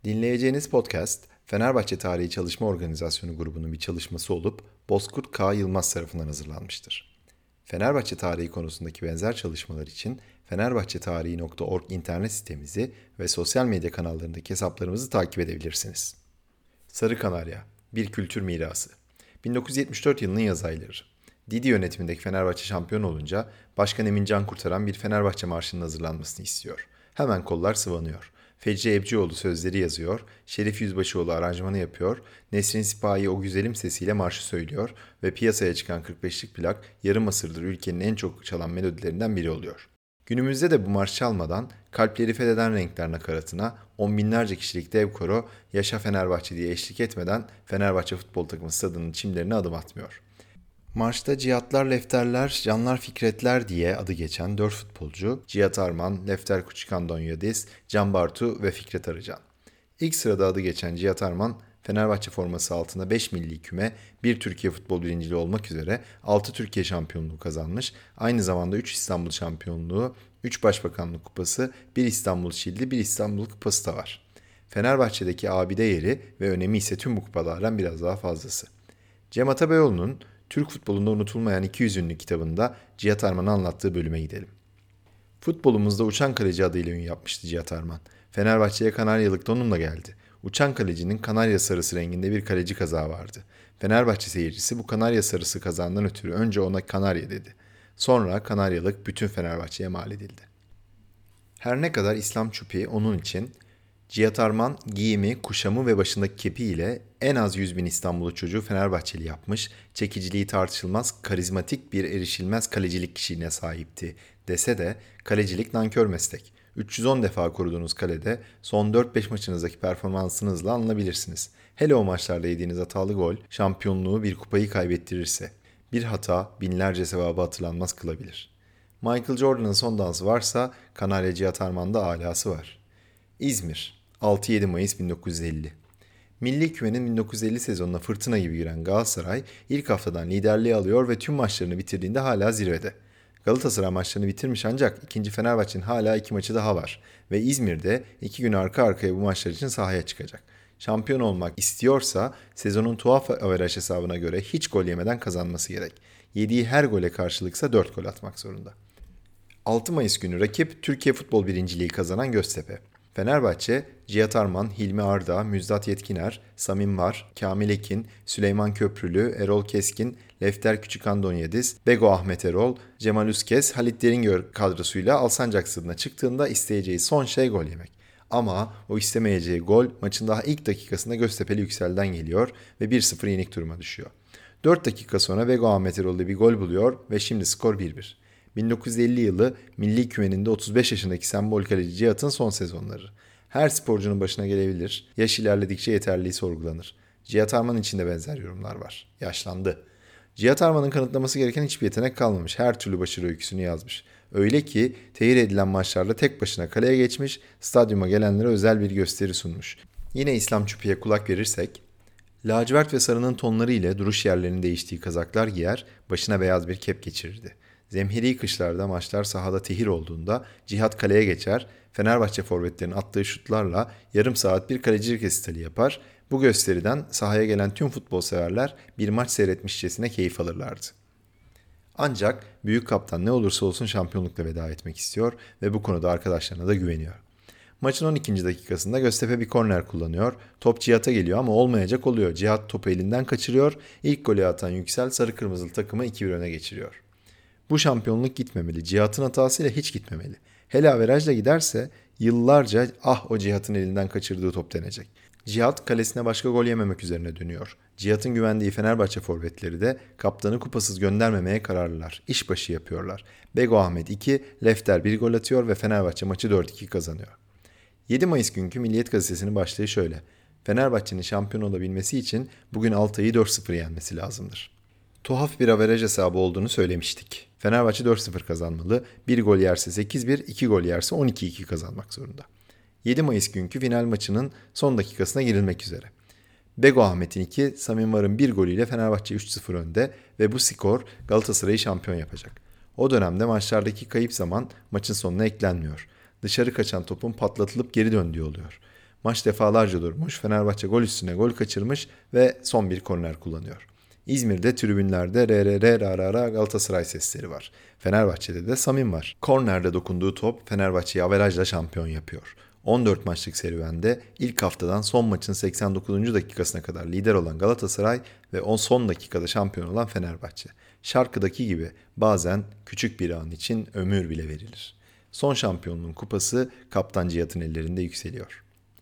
Dinleyeceğiniz podcast, Fenerbahçe Tarihi Çalışma Organizasyonu grubunun bir çalışması olup Bozkurt K. Yılmaz tarafından hazırlanmıştır. Fenerbahçe tarihi konusundaki benzer çalışmalar için fenerbahçetarihi.org internet sitemizi ve sosyal medya kanallarındaki hesaplarımızı takip edebilirsiniz. Sarı Kanarya, bir kültür mirası. 1974 yılının yaz ayları. Didi yönetimindeki Fenerbahçe şampiyon olunca Başkan Emin Can Kurtaran bir Fenerbahçe marşının hazırlanmasını istiyor. Hemen kollar sıvanıyor. Fecri Ebcioğlu sözleri yazıyor, Şerif Yüzbaşıoğlu aranjmanı yapıyor, Nesrin Sipahi o güzelim sesiyle marşı söylüyor ve piyasaya çıkan 45'lik plak yarım asırdır ülkenin en çok çalan melodilerinden biri oluyor. Günümüzde de bu marş çalmadan kalpleri fetheden renkler nakaratına on binlerce kişilik dev koro Yaşa Fenerbahçe diye eşlik etmeden Fenerbahçe futbol takımı stadının çimlerine adım atmıyor. Marşta Cihatlar, Lefterler, Canlar Fikretler diye adı geçen 4 futbolcu Cihat Arman, Lefter Küçükandonyadis, Can Bartu ve Fikret Arıcan. İlk sırada adı geçen Cihat Arman, Fenerbahçe forması altında 5 milli küme, 1 Türkiye futbol birinciliği olmak üzere 6 Türkiye şampiyonluğu kazanmış, aynı zamanda 3 İstanbul şampiyonluğu, 3 Başbakanlık kupası, 1 İstanbul Şildi, 1 İstanbul kupası da var. Fenerbahçe'deki abide yeri ve önemi ise tüm bu kupalardan biraz daha fazlası. Cem Atabeyoğlu'nun Türk futbolunda unutulmayan 200 ünlü kitabında Cihat Arman'ı anlattığı bölüme gidelim. Futbolumuzda uçan kaleci adıyla ün yapmıştı Cihat Arman. Fenerbahçe'ye Kanaryalıkta onunla geldi. Uçan kalecinin kanarya sarısı renginde bir kaleci kazağı vardı. Fenerbahçe seyircisi bu kanarya sarısı kazağından ötürü önce ona Kanarya dedi. Sonra Kanaryalık bütün Fenerbahçe'ye mal edildi. Her ne kadar İslam Çupi onun için Cihat Arman giyimi, kuşamı ve başındaki kepiyle en az 100 bin İstanbullu çocuğu Fenerbahçeli yapmış, çekiciliği tartışılmaz, karizmatik bir erişilmez kalecilik kişiliğine sahipti dese de kalecilik nankör meslek. 310 defa koruduğunuz kalede son 4-5 maçınızdaki performansınızla anılabilirsiniz. Hele o maçlarda yediğiniz hatalı gol, şampiyonluğu bir kupayı kaybettirirse. Bir hata binlerce sevabı hatırlanmaz kılabilir. Michael Jordan'ın son dansı varsa Kanarya Cihat Arman'da alası var. İzmir, 6-7 Mayıs 1950. Milli Kümenin 1950 sezonuna fırtına gibi giren Galatasaray ilk haftadan liderliği alıyor ve tüm maçlarını bitirdiğinde hala zirvede. Galatasaray maçlarını bitirmiş ancak ikinci Fenerbahçe'nin hala 2 maçı daha var ve İzmir'de 2 gün arka arkaya bu maçlar için sahaya çıkacak. Şampiyon olmak istiyorsa sezonun tuhaf averaj hesabına göre hiç gol yemeden kazanması gerek. Yediği her gole karşılıksa 4 gol atmak zorunda. 6 Mayıs günü rakip Türkiye Futbol Birinciliği kazanan Göztepe. Fenerbahçe, Cihat Arman, Hilmi Arda, Müjdat Yetkiner, Samim Var, Kamil Ekin, Süleyman Köprülü, Erol Keskin, Lefter Küçükandonyadis, Bego Ahmet Erol, Cemal Üskes, Halit Deringör kadrosuyla Alsancak Stadına çıktığında isteyeceği son şey gol yemek. Ama o istemeyeceği gol maçın daha ilk dakikasında Göztepe'li Yüksel'den geliyor ve 1-0 yenik duruma düşüyor. 4 dakika sonra Bego Ahmet Erol'da bir gol buluyor ve şimdi skor 1-1. 1950 yılı Milli Kümeninde 35 yaşındaki sembol kaleci Cihat'ın son sezonları. Her sporcunun başına gelebilir. Yaş ilerledikçe yeterliliği sorgulanır. Cihat Arman için de benzer yorumlar var. Yaşlandı. Cihat Arman'ın kanıtlaması gereken hiçbir yetenek kalmamış. Her türlü başarı öyküsünü yazmış. Öyle ki tehir edilen maçlarda tek başına kaleye geçmiş, stadyuma gelenlere özel bir gösteri sunmuş. Yine İslam Çupi'ye kulak verirsek, lacivert ve sarının tonları ile duruş yerlerinin değiştiği kazaklar giyer, başına beyaz bir kep geçirirdi. Zemheri kışlarda maçlar sahada tehir olduğunda Cihat kaleye geçer, Fenerbahçe forvetlerinin attığı şutlarla yarım saat bir kalecilik resitali yapar. Bu gösteriden sahaya gelen tüm futbol severler bir maç seyretmişçesine keyif alırlardı. Ancak büyük kaptan ne olursa olsun şampiyonlukla veda etmek istiyor ve bu konuda arkadaşlarına da güveniyor. Maçın 12. dakikasında Göztepe bir korner kullanıyor. Top Cihat'a geliyor ama olmayacak oluyor. Cihat topu elinden kaçırıyor. İlk golü atan Yüksel sarı kırmızılı takımı 2-1 öne geçiriyor. Bu şampiyonluk gitmemeli. Cihat'ın hatasıyla hiç gitmemeli. Hele averajla giderse yıllarca o Cihat'ın elinden kaçırdığı top denecek. Cihat kalesine başka gol yememek üzerine dönüyor. Cihat'ın güvendiği Fenerbahçe forvetleri de kaptanı kupasız göndermemeye kararlılar. İşbaşı yapıyorlar. Bego Ahmet 2, Lefter 1 gol atıyor ve Fenerbahçe maçı 4-2 kazanıyor. 7 Mayıs günkü Milliyet Gazetesi'nin başlığı şöyle. Fenerbahçe'nin şampiyon olabilmesi için bugün Altay'ı 4-0 yenmesi lazımdır. Tuhaf bir averaj hesabı olduğunu söylemiştik. Fenerbahçe 4-0 kazanmalı, 1 gol yerse 8-1, 2 gol yerse 12-2 kazanmak zorunda. 7 Mayıs günkü final maçının son dakikasına girilmek üzere. Bego Ahmet'in 2, Samim Var'ın 1 golüyle Fenerbahçe 3-0 önde ve bu skor Galatasaray'ı şampiyon yapacak. O dönemde maçlardaki kayıp zaman maçın sonuna eklenmiyor. Dışarı kaçan topun patlatılıp geri döndüğü oluyor. Maç defalarca durmuş, Fenerbahçe gol üstüne gol kaçırmış ve son bir korner kullanıyor. İzmir'de tribünlerde RRR RRR Galatasaray sesleri var. Fenerbahçe'de de Samim var. Kornerde dokunduğu top Fenerbahçe'yi averajla şampiyon yapıyor. 14 maçlık serüvende ilk haftadan son maçın 89. dakikasına kadar lider olan Galatasaray ve son dakikada şampiyon olan Fenerbahçe. Şarkıdaki gibi bazen küçük bir an için ömür bile verilir. Son şampiyonluğun kupası Kaptan Cihat'ın ellerinde yükseliyor.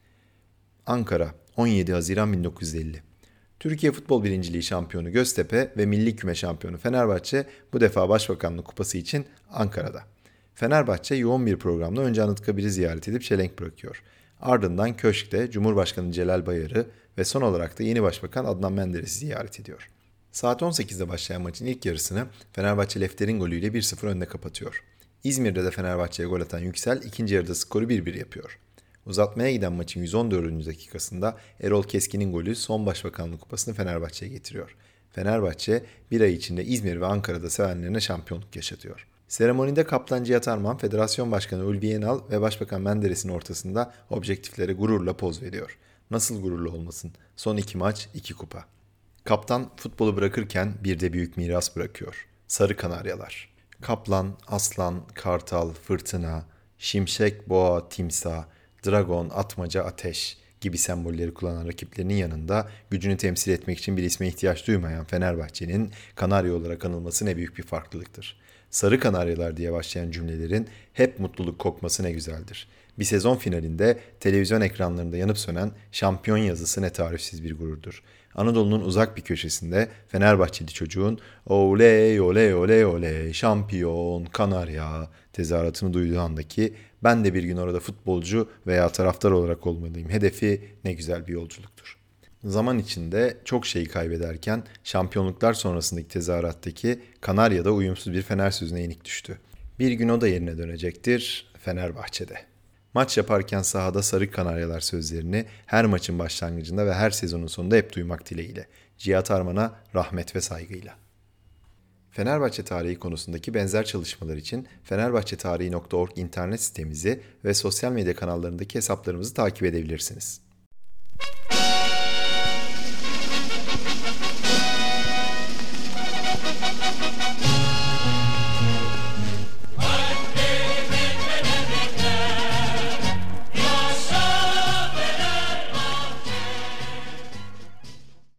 Ankara, 17 Haziran 1950. Türkiye Futbol Birinciliği şampiyonu Göztepe ve Milli Küme şampiyonu Fenerbahçe bu defa Başbakanlık Kupası için Ankara'da. Fenerbahçe yoğun bir programla önce Anıtkabir'i ziyaret edip çelenk bırakıyor. Ardından köşkte Cumhurbaşkanı Celal Bayar'ı ve son olarak da yeni Başbakan Adnan Menderes'i ziyaret ediyor. Saat 18'de başlayan maçın ilk yarısını Fenerbahçe Lefter'in golüyle 1-0 önde kapatıyor. İzmir'de de Fenerbahçe'ye gol atan Yüksel ikinci yarıda skoru 1-1 yapıyor. Uzatmaya giden maçın 114. dakikasında Erol Keskin'in golü son Başbakanlık Kupası'nı Fenerbahçe'ye getiriyor. Fenerbahçe bir ay içinde İzmir ve Ankara'da sevenlerine şampiyonluk yaşatıyor. Seremonide Kaptan Cihat Arman, Federasyon Başkanı Ulvi Yenal ve Başbakan Menderes'in ortasında objektiflere gururla poz veriyor. Nasıl gururlu olmasın? Son 2 maç, 2 kupa. Kaptan futbolu bırakırken bir de büyük miras bırakıyor. Sarı Kanaryalar. Kaplan, aslan, kartal, fırtına, şimşek, boğa, timsah, dragon, atmaca, ateş gibi sembolleri kullanan rakiplerinin yanında gücünü temsil etmek için bir isme ihtiyaç duymayan Fenerbahçe'nin Kanarya olarak anılması ne büyük bir farklılıktır. Sarı Kanaryalar diye başlayan cümlelerin hep mutluluk kokması ne güzeldir. Bir sezon finalinde televizyon ekranlarında yanıp sönen şampiyon yazısı ne tarifsiz bir gururdur. Anadolu'nun uzak bir köşesinde Fenerbahçeli çocuğun oley oley oley oley şampiyon Kanarya tezahüratını duyduğu andaki ben de bir gün orada futbolcu veya taraftar olarak olmalıyım hedefi ne güzel bir yolculuktur. Zaman içinde çok şeyi kaybederken şampiyonluklar sonrasındaki tezahürattaki Kanarya'da uyumsuz bir Fener sözüne yenik düştü. Bir gün o da yerine dönecektir Fenerbahçe'de. Maç yaparken sahada Sarı Kanaryalar sözlerini her maçın başlangıcında ve her sezonun sonunda hep duymak dileğiyle. Cihat Arman'a rahmet ve saygıyla. Fenerbahçe tarihi konusundaki benzer çalışmalar için fenerbahçetarihi.org internet sitemizi ve sosyal medya kanallarındaki hesaplarımızı takip edebilirsiniz.